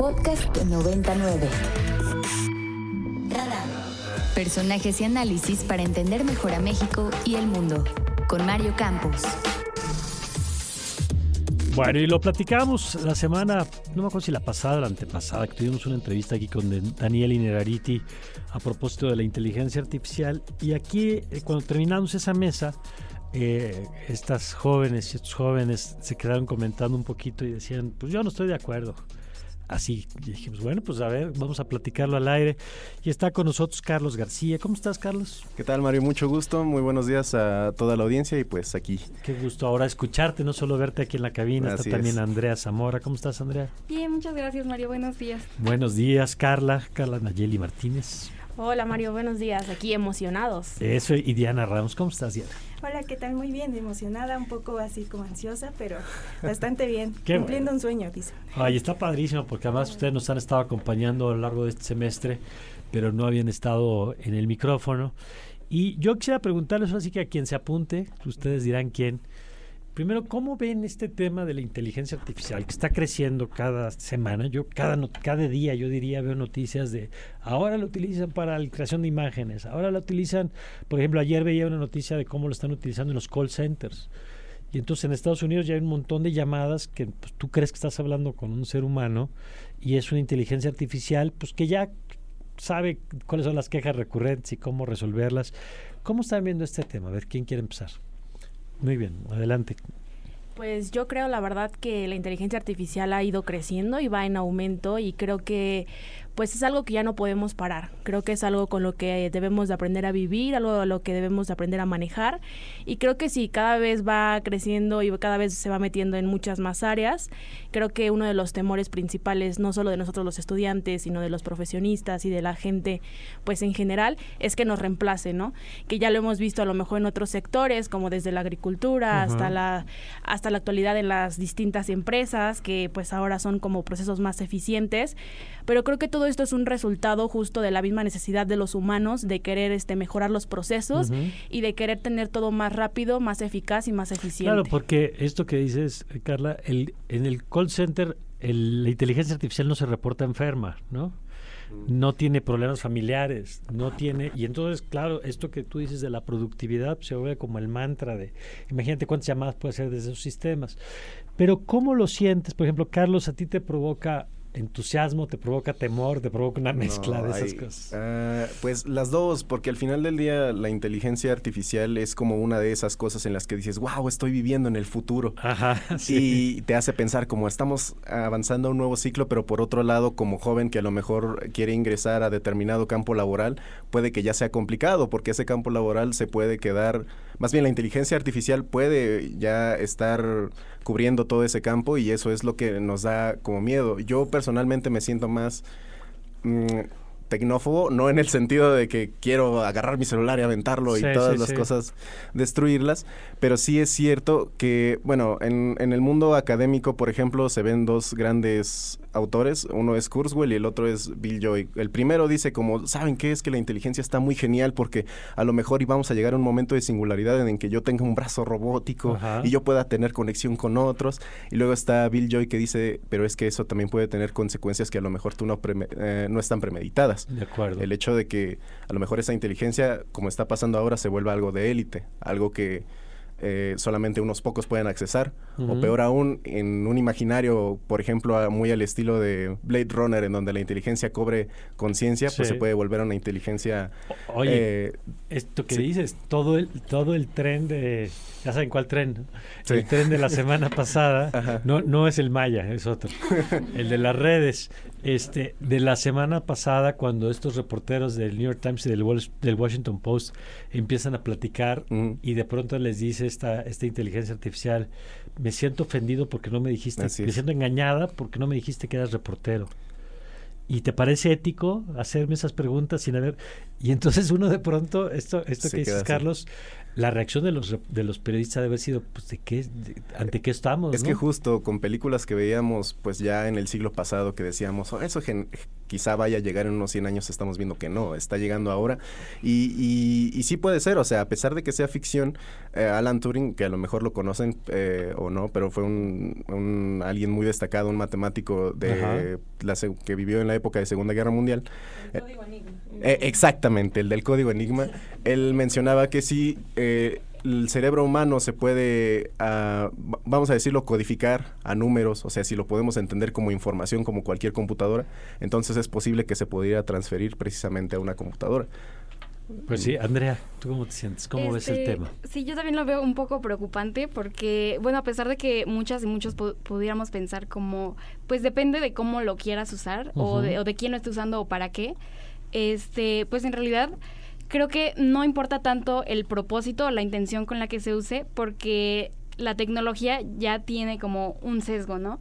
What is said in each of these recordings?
Podcast 99. Radar. Personajes y análisis para entender mejor a México y el mundo. Con Mario Campos. Bueno, y lo platicábamos la semana, no me acuerdo si la pasada o la antepasada, que tuvimos una entrevista aquí con Daniel Innerarity a propósito de la inteligencia artificial. Y aquí, cuando terminamos esa mesa, estas jóvenes y estos jóvenes se quedaron comentando un poquito y decían, pues yo no estoy de acuerdo. Así, y dijimos, bueno, pues a ver, vamos a platicarlo al aire. Y está con nosotros Carlos García. ¿Cómo estás, Carlos? ¿Qué tal, Mario? Mucho gusto, muy buenos días a toda la audiencia y pues aquí. Qué gusto ahora escucharte, no solo verte aquí en la cabina, Así está también es. Andrea Zamora. ¿Cómo estás, Andrea? Bien, muchas gracias, Mario. Buenos días. Buenos días, Carla Nayeli Martínez. Hola, Mario. Buenos días. Aquí emocionados. Eso, y Diana Ramos. ¿Cómo estás, Diana? Hola, ¿qué tal? Muy bien, emocionada, un poco así como ansiosa, pero bastante bien. Qué Cumpliendo bueno. un sueño, dice. Ay, está padrísimo porque además ustedes nos han estado acompañando a lo largo de este semestre, pero no habían estado en el micrófono. Y yo quisiera preguntarles así que a quien se apunte, ustedes dirán quién. Primero, ¿cómo ven este tema de la inteligencia artificial que está creciendo cada semana? Yo cada día, yo diría, veo noticias de ahora lo utilizan para la creación de imágenes, ahora lo utilizan, por ejemplo, ayer veía una noticia de cómo lo están utilizando en los call centers. Y entonces en Estados Unidos ya hay un montón de llamadas que pues, tú crees que estás hablando con un ser humano y es una inteligencia artificial pues que ya sabe cuáles son las quejas recurrentes y cómo resolverlas. ¿Cómo están viendo este tema? A ver, ¿quién quiere empezar? Muy bien, adelante. Pues yo creo, la verdad, que la inteligencia artificial ha ido creciendo y va en aumento y creo que pues es algo que ya no podemos parar. Creo que es algo con lo que debemos de aprender a vivir, algo a lo que debemos de aprender a manejar. Y creo que sí, cada vez va creciendo y cada vez se va metiendo en muchas más áreas. Creo que uno de los temores principales, no solo de nosotros los estudiantes, sino de los profesionistas y de la gente, pues en general, es que nos reemplace, ¿no? Que ya lo hemos visto a lo mejor en otros sectores, como desde la agricultura hasta la actualidad en las distintas empresas, que pues ahora son como procesos más eficientes. Pero creo que todo esto es un resultado justo de la misma necesidad de los humanos de querer mejorar los procesos y de querer tener todo más rápido, más eficaz y más eficiente. Claro, porque esto que dices, Carla, en el call center la inteligencia artificial no se reporta enferma, ¿no? No tiene problemas familiares, no tiene... Y entonces, claro, esto que tú dices de la productividad pues, se vuelve como el mantra de... Imagínate cuántas llamadas puede hacer desde esos sistemas. Pero ¿cómo lo sientes? Por ejemplo, Carlos, ¿a ti te provoca entusiasmo, te provoca temor, te provoca una mezcla de esas cosas? Pues las dos, porque al final del día la inteligencia artificial es como una de esas cosas en las que dices, wow, estoy viviendo en el futuro. Ajá, sí. Y te hace pensar como estamos avanzando a un nuevo ciclo, pero por otro lado, como joven que a lo mejor quiere ingresar a determinado campo laboral, puede que ya sea complicado, porque ese campo laboral se puede quedar, más bien la inteligencia artificial puede ya estar cubriendo todo ese campo y eso es lo que nos da como miedo. Yo personalmente me siento más tecnófobo, no en el sentido de que quiero agarrar mi celular y aventarlo y todas las cosas, destruirlas, pero sí es cierto que, bueno, en el mundo académico, por ejemplo, se ven dos grandes autores, uno es Kurzweil y el otro es Bill Joy. El primero dice como, ¿saben qué? Es que la inteligencia está muy genial porque a lo mejor íbamos a llegar a un momento de singularidad en que yo tenga un brazo robótico y yo pueda tener conexión con otros. Y luego está Bill Joy que dice, pero es que eso también puede tener consecuencias que a lo mejor tú no están premeditadas. De acuerdo. El hecho de que a lo mejor esa inteligencia, como está pasando ahora, se vuelva algo de élite, algo que solamente unos pocos pueden accesar, o peor aún, en un imaginario, por ejemplo, muy al estilo de Blade Runner, en donde la inteligencia cobre conciencia, pues se puede volver a una inteligencia... Oye, esto que dices, todo el tren de... Ya saben cuál tren, ¿no? El tren de la semana pasada, no es el Maya, es otro, el de las redes, de la semana pasada, cuando estos reporteros del New York Times y del Washington Post empiezan a platicar y de pronto les dice esta inteligencia artificial, me siento ofendido porque no me dijiste, me siento engañada porque no me dijiste que eras reportero. ¿Y te parece ético hacerme esas preguntas sin haber...? Y entonces uno de pronto, esto que dices, Carlos, la reacción de los periodistas debe haber sido, pues, ¿ante qué estamos? Es ¿no? que justo con películas que veíamos, pues ya en el siglo pasado, que decíamos, eso quizá vaya a llegar en unos 100 años, estamos viendo que no, está llegando ahora. Y sí puede ser, o sea, a pesar de que sea ficción, Alan Turing, que a lo mejor lo conocen o no, pero fue alguien muy destacado, un matemático que vivió en la época de Segunda Guerra Mundial. El código Enigma. Exactamente, el del código Enigma. Él mencionaba que sí, el cerebro humano se puede, vamos a decirlo, codificar a números, o sea, si lo podemos entender como información, como cualquier computadora, entonces es posible que se pudiera transferir precisamente a una computadora. Pues sí, Andrea, ¿tú cómo te sientes? ¿Cómo ves el tema? Sí, yo también lo veo un poco preocupante porque, bueno, a pesar de que muchas y muchos pudiéramos pensar como, pues depende de cómo lo quieras usar o de quién lo esté usando o para qué, pues en realidad creo que no importa tanto el propósito o la intención con la que se use, porque la tecnología ya tiene como un sesgo, ¿no?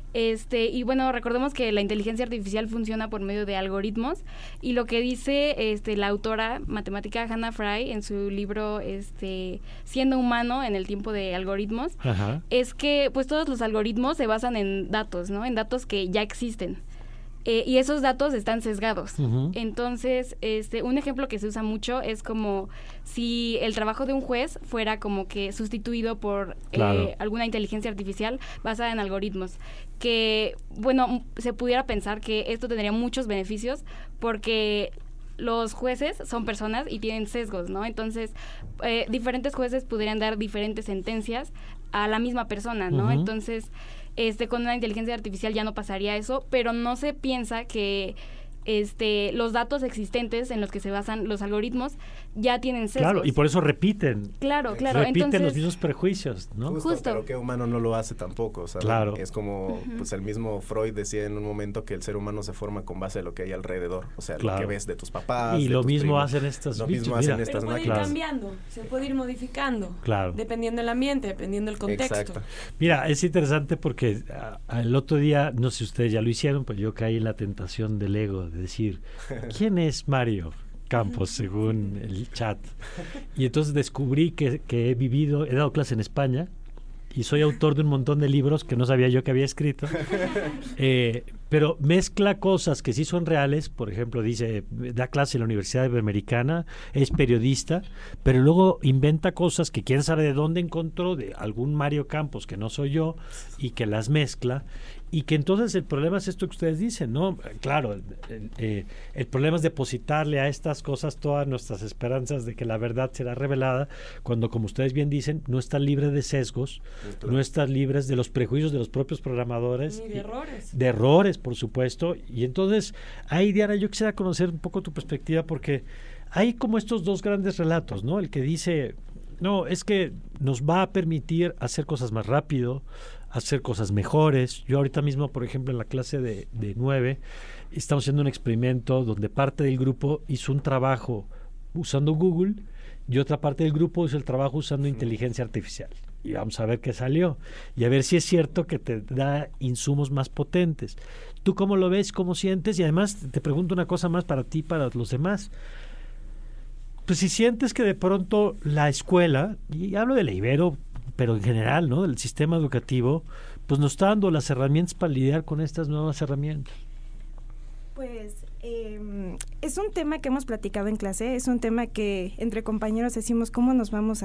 Y bueno, recordemos que la inteligencia artificial funciona por medio de algoritmos, y lo que dice la autora matemática Hannah Fry en su libro Siendo humano en el tiempo de algoritmos, es que pues todos los algoritmos se basan en datos, ¿no? En datos que ya existen. Y esos datos están sesgados. Entonces, un ejemplo que se usa mucho es como si el trabajo de un juez fuera como que sustituido por alguna inteligencia artificial basada en algoritmos. Que, bueno, se pudiera pensar que esto tendría muchos beneficios porque los jueces son personas y tienen sesgos, ¿no? Entonces, diferentes jueces podrían dar diferentes sentencias a la misma persona, ¿no? Entonces, con una inteligencia artificial ya no pasaría eso, pero no se piensa que los datos existentes en los que se basan los algoritmos ya tienen sesgos. Claro, y por eso repiten. Claro. Repiten entonces, los mismos prejuicios, ¿no? Justo. Pero que humano no lo hace tampoco, ¿sabes? Claro. Es como, pues el mismo Freud decía en un momento que el ser humano se forma con base a lo que hay alrededor, o sea, lo que ves de tus papás. Y de lo tus mismo primos. hacen estas Lo mismo hacen estas pero puede ir cambiando, se puede ir modificando, dependiendo del ambiente, dependiendo del contexto. Exacto. Mira, es interesante porque el otro día, no sé si ustedes ya lo hicieron, pero yo caí en la tentación del ego de decir, ¿quién es Mario Campos según el chat? Y entonces descubrí que he dado clase en España y soy autor de un montón de libros que no sabía yo que había escrito, pero mezcla cosas que sí son reales. Por ejemplo, da clase en la Universidad Iberoamericana, es periodista, pero luego inventa cosas que quién sabe de dónde encontró, de algún Mario Campos que no soy yo, y que las mezcla. Y que entonces el problema es esto que ustedes dicen, ¿no? Claro, el problema es depositarle a estas cosas todas nuestras esperanzas de que la verdad será revelada, cuando, como ustedes bien dicen, no está libre de sesgos, no está libre de los prejuicios de los propios programadores. Ni de errores. De errores, por supuesto. Y entonces, ahí, Diana, yo quisiera conocer un poco tu perspectiva, porque hay como estos dos grandes relatos, ¿no? El que dice, no, es que nos va a permitir hacer cosas más rápido, hacer cosas mejores. Yo ahorita mismo, por ejemplo, en la clase de 9, estamos haciendo un experimento donde parte del grupo hizo un trabajo usando Google y otra parte del grupo hizo el trabajo usando inteligencia artificial. Y vamos a ver qué salió. Y a ver si es cierto que te da insumos más potentes. ¿Tú cómo lo ves? ¿Cómo sientes? Y además te pregunto una cosa más para ti y para los demás. Pues si sientes que de pronto la escuela, y hablo de la Ibero, pero en general, ¿no?, del sistema educativo, pues nos está dando las herramientas para lidiar con estas nuevas herramientas. Pues es un tema que hemos platicado en clase, es un tema que entre compañeros decimos cómo nos vamos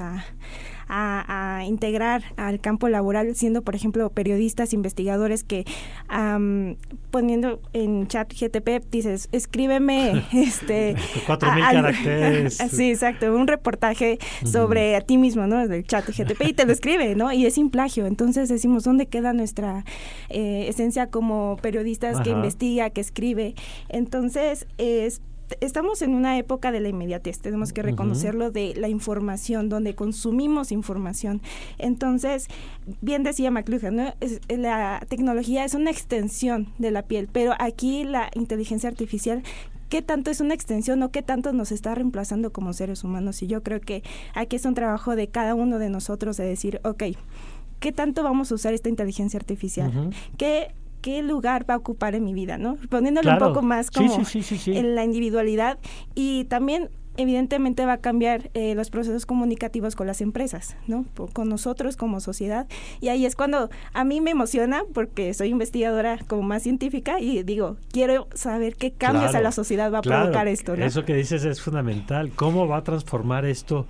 a integrar al campo laboral, siendo, por ejemplo, periodistas, investigadores que poniendo en chat GTP dices, escríbeme 4,000 caracteres. Sí, exacto, un reportaje sobre a ti mismo, ¿no? Del chat GTP, y te lo escribe, ¿no? Y es sin plagio. Entonces decimos, ¿dónde queda nuestra esencia como periodistas que investiga, que escribe? Entonces, estamos en una época de la inmediatez, tenemos que reconocerlo, de la información, donde consumimos información. Entonces, bien decía McLuhan, ¿no? La tecnología es una extensión de la piel, pero aquí la inteligencia artificial, ¿qué tanto es una extensión o qué tanto nos está reemplazando como seres humanos? Y yo creo que aquí es un trabajo de cada uno de nosotros de decir, ¿qué tanto vamos a usar esta inteligencia artificial? ¿Qué lugar va a ocupar en mi vida, ¿no? Poniéndolo un poco más como en la individualidad, y también evidentemente va a cambiar los procesos comunicativos con las empresas, ¿no? Con nosotros como sociedad. Y ahí es cuando a mí me emociona, porque soy investigadora como más científica y digo, quiero saber qué cambios a la sociedad va a provocar esto, ¿no? Eso que dices es fundamental. ¿Cómo va a transformar esto?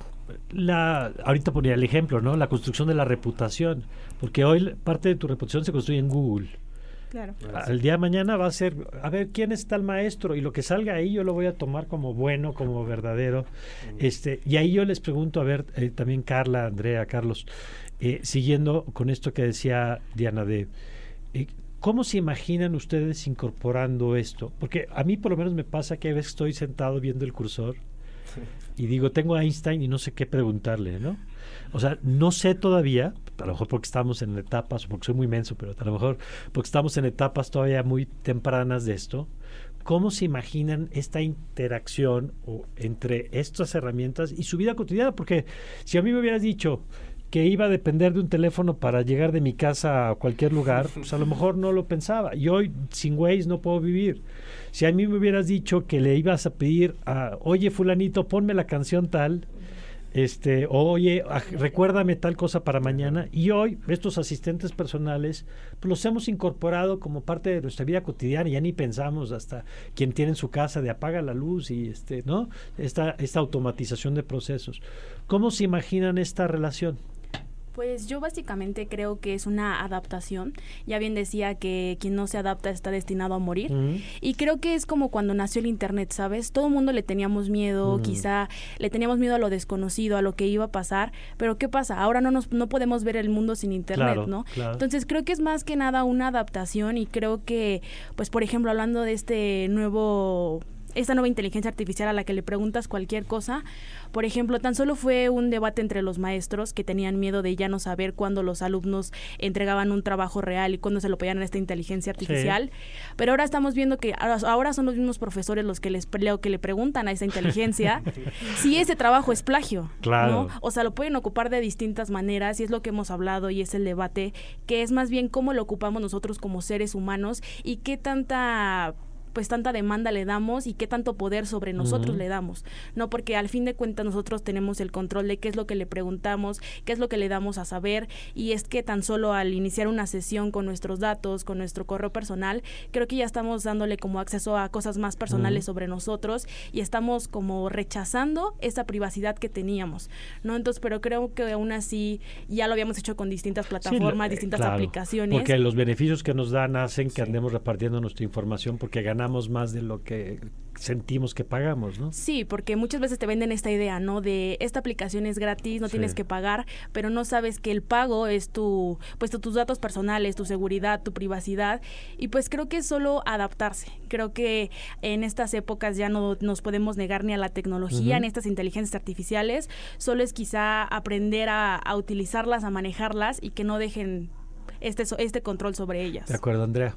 Ahorita ponía el ejemplo, ¿no? La construcción de la reputación, porque hoy parte de tu reputación se construye en Google. Claro. Al día de mañana va a ser, a ver, ¿quién es tal maestro? Y lo que salga ahí yo lo voy a tomar como bueno, como verdadero. Y ahí yo les pregunto, a ver, también Carla, Andrea, Carlos, siguiendo con esto que decía Diana, ¿cómo se imaginan ustedes incorporando esto? Porque a mí por lo menos me pasa que a veces estoy sentado viendo el cursor y digo, tengo a Einstein y no sé qué preguntarle, ¿no? O sea, no sé todavía, a lo mejor porque estamos en etapas, o porque soy muy menso, pero a lo mejor porque estamos en etapas todavía muy tempranas de esto, ¿cómo se imaginan esta interacción entre estas herramientas y su vida cotidiana? Porque si a mí me hubieras dicho que iba a depender de un teléfono para llegar de mi casa a cualquier lugar, pues a lo mejor no lo pensaba. Y hoy sin Waze no puedo vivir. Si a mí me hubieras dicho que le ibas a pedir oye, fulanito, ponme la canción tal, oye, recuérdame tal cosa para mañana, y hoy estos asistentes personales pues los hemos incorporado como parte de nuestra vida cotidiana, ya ni pensamos, hasta quien tiene en su casa de apaga la luz y ¿no? Esta automatización de procesos. ¿Cómo se imaginan esta relación? Pues yo básicamente creo que es una adaptación. Ya bien decía que quien no se adapta está destinado a morir. Y creo que es como cuando nació el Internet, ¿sabes? Todo el mundo le teníamos miedo, quizá le teníamos miedo a lo desconocido, a lo que iba a pasar. Pero ¿qué pasa? Ahora no podemos ver el mundo sin Internet, claro, ¿no? Claro. Entonces creo que es más que nada una adaptación, y creo que, pues por ejemplo, hablando de esta nueva inteligencia artificial a la que le preguntas cualquier cosa, por ejemplo, tan solo fue un debate entre los maestros que tenían miedo de ya no saber cuándo los alumnos entregaban un trabajo real y cuándo se lo pedían a esta inteligencia artificial, pero ahora estamos viendo que ahora son los mismos profesores los que le preguntan a esa inteligencia si ese trabajo es plagio, claro, ¿no? O sea, lo pueden ocupar de distintas maneras, y es lo que hemos hablado y es el debate, que es más bien cómo lo ocupamos nosotros como seres humanos y qué tanta demanda le damos y qué tanto poder sobre nosotros le damos, ¿no? Porque al fin de cuentas nosotros tenemos el control de qué es lo que le preguntamos, qué es lo que le damos a saber, y es que tan solo al iniciar una sesión con nuestros datos, con nuestro correo personal, creo que ya estamos dándole como acceso a cosas más personales sobre nosotros, y estamos como rechazando esa privacidad que teníamos, ¿no? Entonces, pero creo que aún así ya lo habíamos hecho con distintas plataformas, distintas aplicaciones. Porque los beneficios que nos dan hacen que andemos repartiendo nuestra información, porque ganamos más de lo que sentimos que pagamos, ¿no? Sí, porque muchas veces te venden esta idea, ¿no? De esta aplicación es gratis, no tienes que pagar, pero no sabes que el pago es tus datos personales, tu seguridad, tu privacidad, y pues creo que es solo adaptarse. Creo que en estas épocas ya no nos podemos negar ni a la tecnología, ni a estas inteligencias artificiales, solo es quizá aprender a utilizarlas, a manejarlas, y que no dejen este control sobre ellas. De acuerdo, Andrea.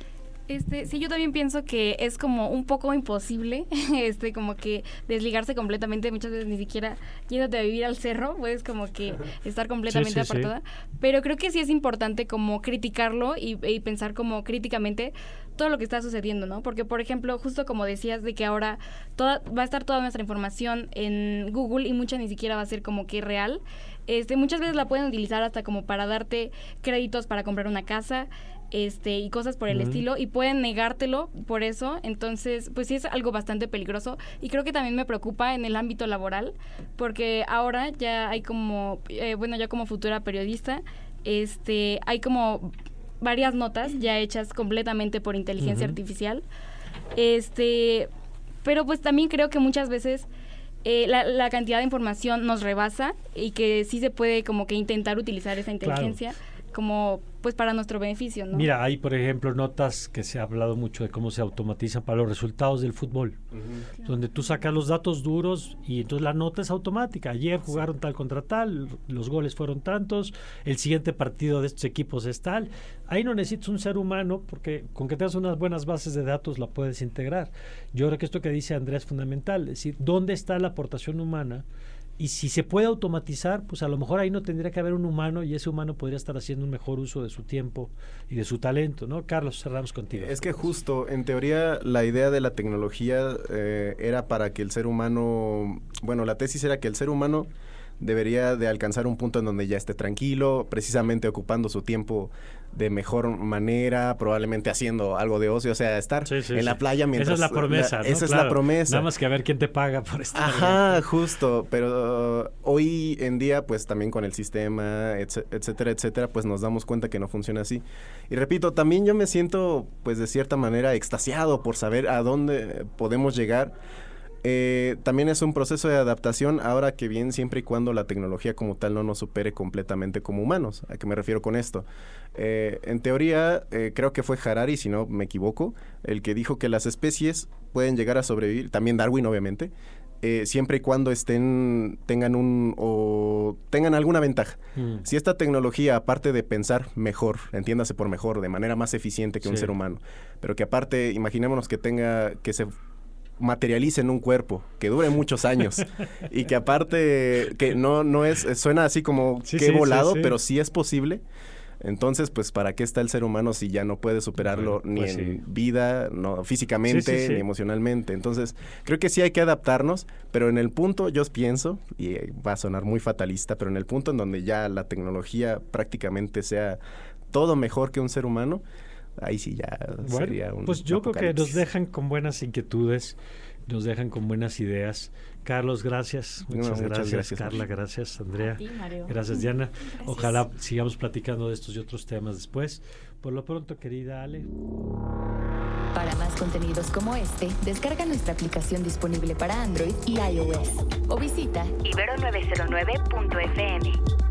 Sí, yo también pienso que es como un poco imposible, como que desligarse completamente, muchas veces ni siquiera yéndote a vivir al cerro, puedes como que estar completamente apartada, pero creo que sí es importante como criticarlo y pensar como críticamente todo lo que está sucediendo, ¿no? Porque, por ejemplo, justo como decías de que ahora va a estar toda nuestra información en Google y mucha ni siquiera va a ser como que real, muchas veces la pueden utilizar hasta como para darte créditos para comprar una casa, y cosas por el estilo, y pueden negártelo por eso. Entonces, pues sí es algo bastante peligroso, y creo que también me preocupa en el ámbito laboral, porque ahora ya hay como, yo como futura periodista, hay como varias notas ya hechas completamente por inteligencia artificial, pero pues también creo que muchas veces la cantidad de información nos rebasa, y que sí se puede como que intentar utilizar esa inteligencia como pues para nuestro beneficio, ¿no? Mira, hay por ejemplo notas que se ha hablado mucho de cómo se automatizan para los resultados del fútbol, donde tú sacas los datos duros y entonces la nota es automática. Ayer jugaron tal contra tal, los goles fueron tantos, el siguiente partido de estos equipos es tal. Ahí no necesitas un ser humano, porque con que tengas unas buenas bases de datos la puedes integrar. Yo creo que esto que dice Andrea es fundamental, es decir, ¿dónde está la aportación humana Y si se puede automatizar, pues a lo mejor ahí no tendría que haber un humano y ese humano podría estar haciendo un mejor uso de su tiempo y de su talento, ¿no? Carlos, cerramos contigo. Es que justo, en teoría, la idea de la tecnología era para que el ser humano, bueno, la tesis era que el ser humano debería de alcanzar un punto en donde ya esté tranquilo, precisamente ocupando su tiempo de mejor manera, probablemente haciendo algo de ocio, o sea, estar en la playa mientras... Esa es la promesa, ¿no? Esa es la promesa. Nada más que a ver quién te paga por estar. Ajá, justo, pero hoy en día, pues también con el sistema, etcétera, etcétera, pues nos damos cuenta que no funciona así. Y repito, también yo me siento, pues de cierta manera, extasiado por saber a dónde podemos llegar. También es un proceso de adaptación, ahora que bien, siempre y cuando la tecnología como tal no nos supere completamente como humanos. ¿A qué me refiero con esto? En teoría, creo que fue Harari, si no me equivoco, el que dijo que las especies pueden llegar a sobrevivir, también Darwin obviamente, siempre y cuando tengan alguna ventaja. Si esta tecnología, aparte de pensar mejor, entiéndase por mejor, de manera más eficiente que un ser humano, pero que aparte, imaginémonos que se materialice en un cuerpo, que dure muchos años y que aparte que no es, suena así como volado, pero sí es posible. Entonces, pues, ¿para qué está el ser humano si ya no puede superarlo ni en vida, no físicamente, ni emocionalmente? Entonces, creo que sí hay que adaptarnos, pero en el punto, yo pienso, y va a sonar muy fatalista, pero en el punto en donde ya la tecnología prácticamente sea todo mejor que un ser humano, ahí sí ya sería un pues yo apocalipsis. creo que nos dejan con buenas inquietudes, nos dejan con buenas ideas. Carlos, gracias. Muchas gracias. Carla, gracias. Andrea. A ti, Mario. Gracias, Diana. Gracias. Ojalá sigamos platicando de estos y otros temas después. Por lo pronto, querida Ale. Para más contenidos como este, descarga nuestra aplicación disponible para Android y iOS o visita ibero909.fm.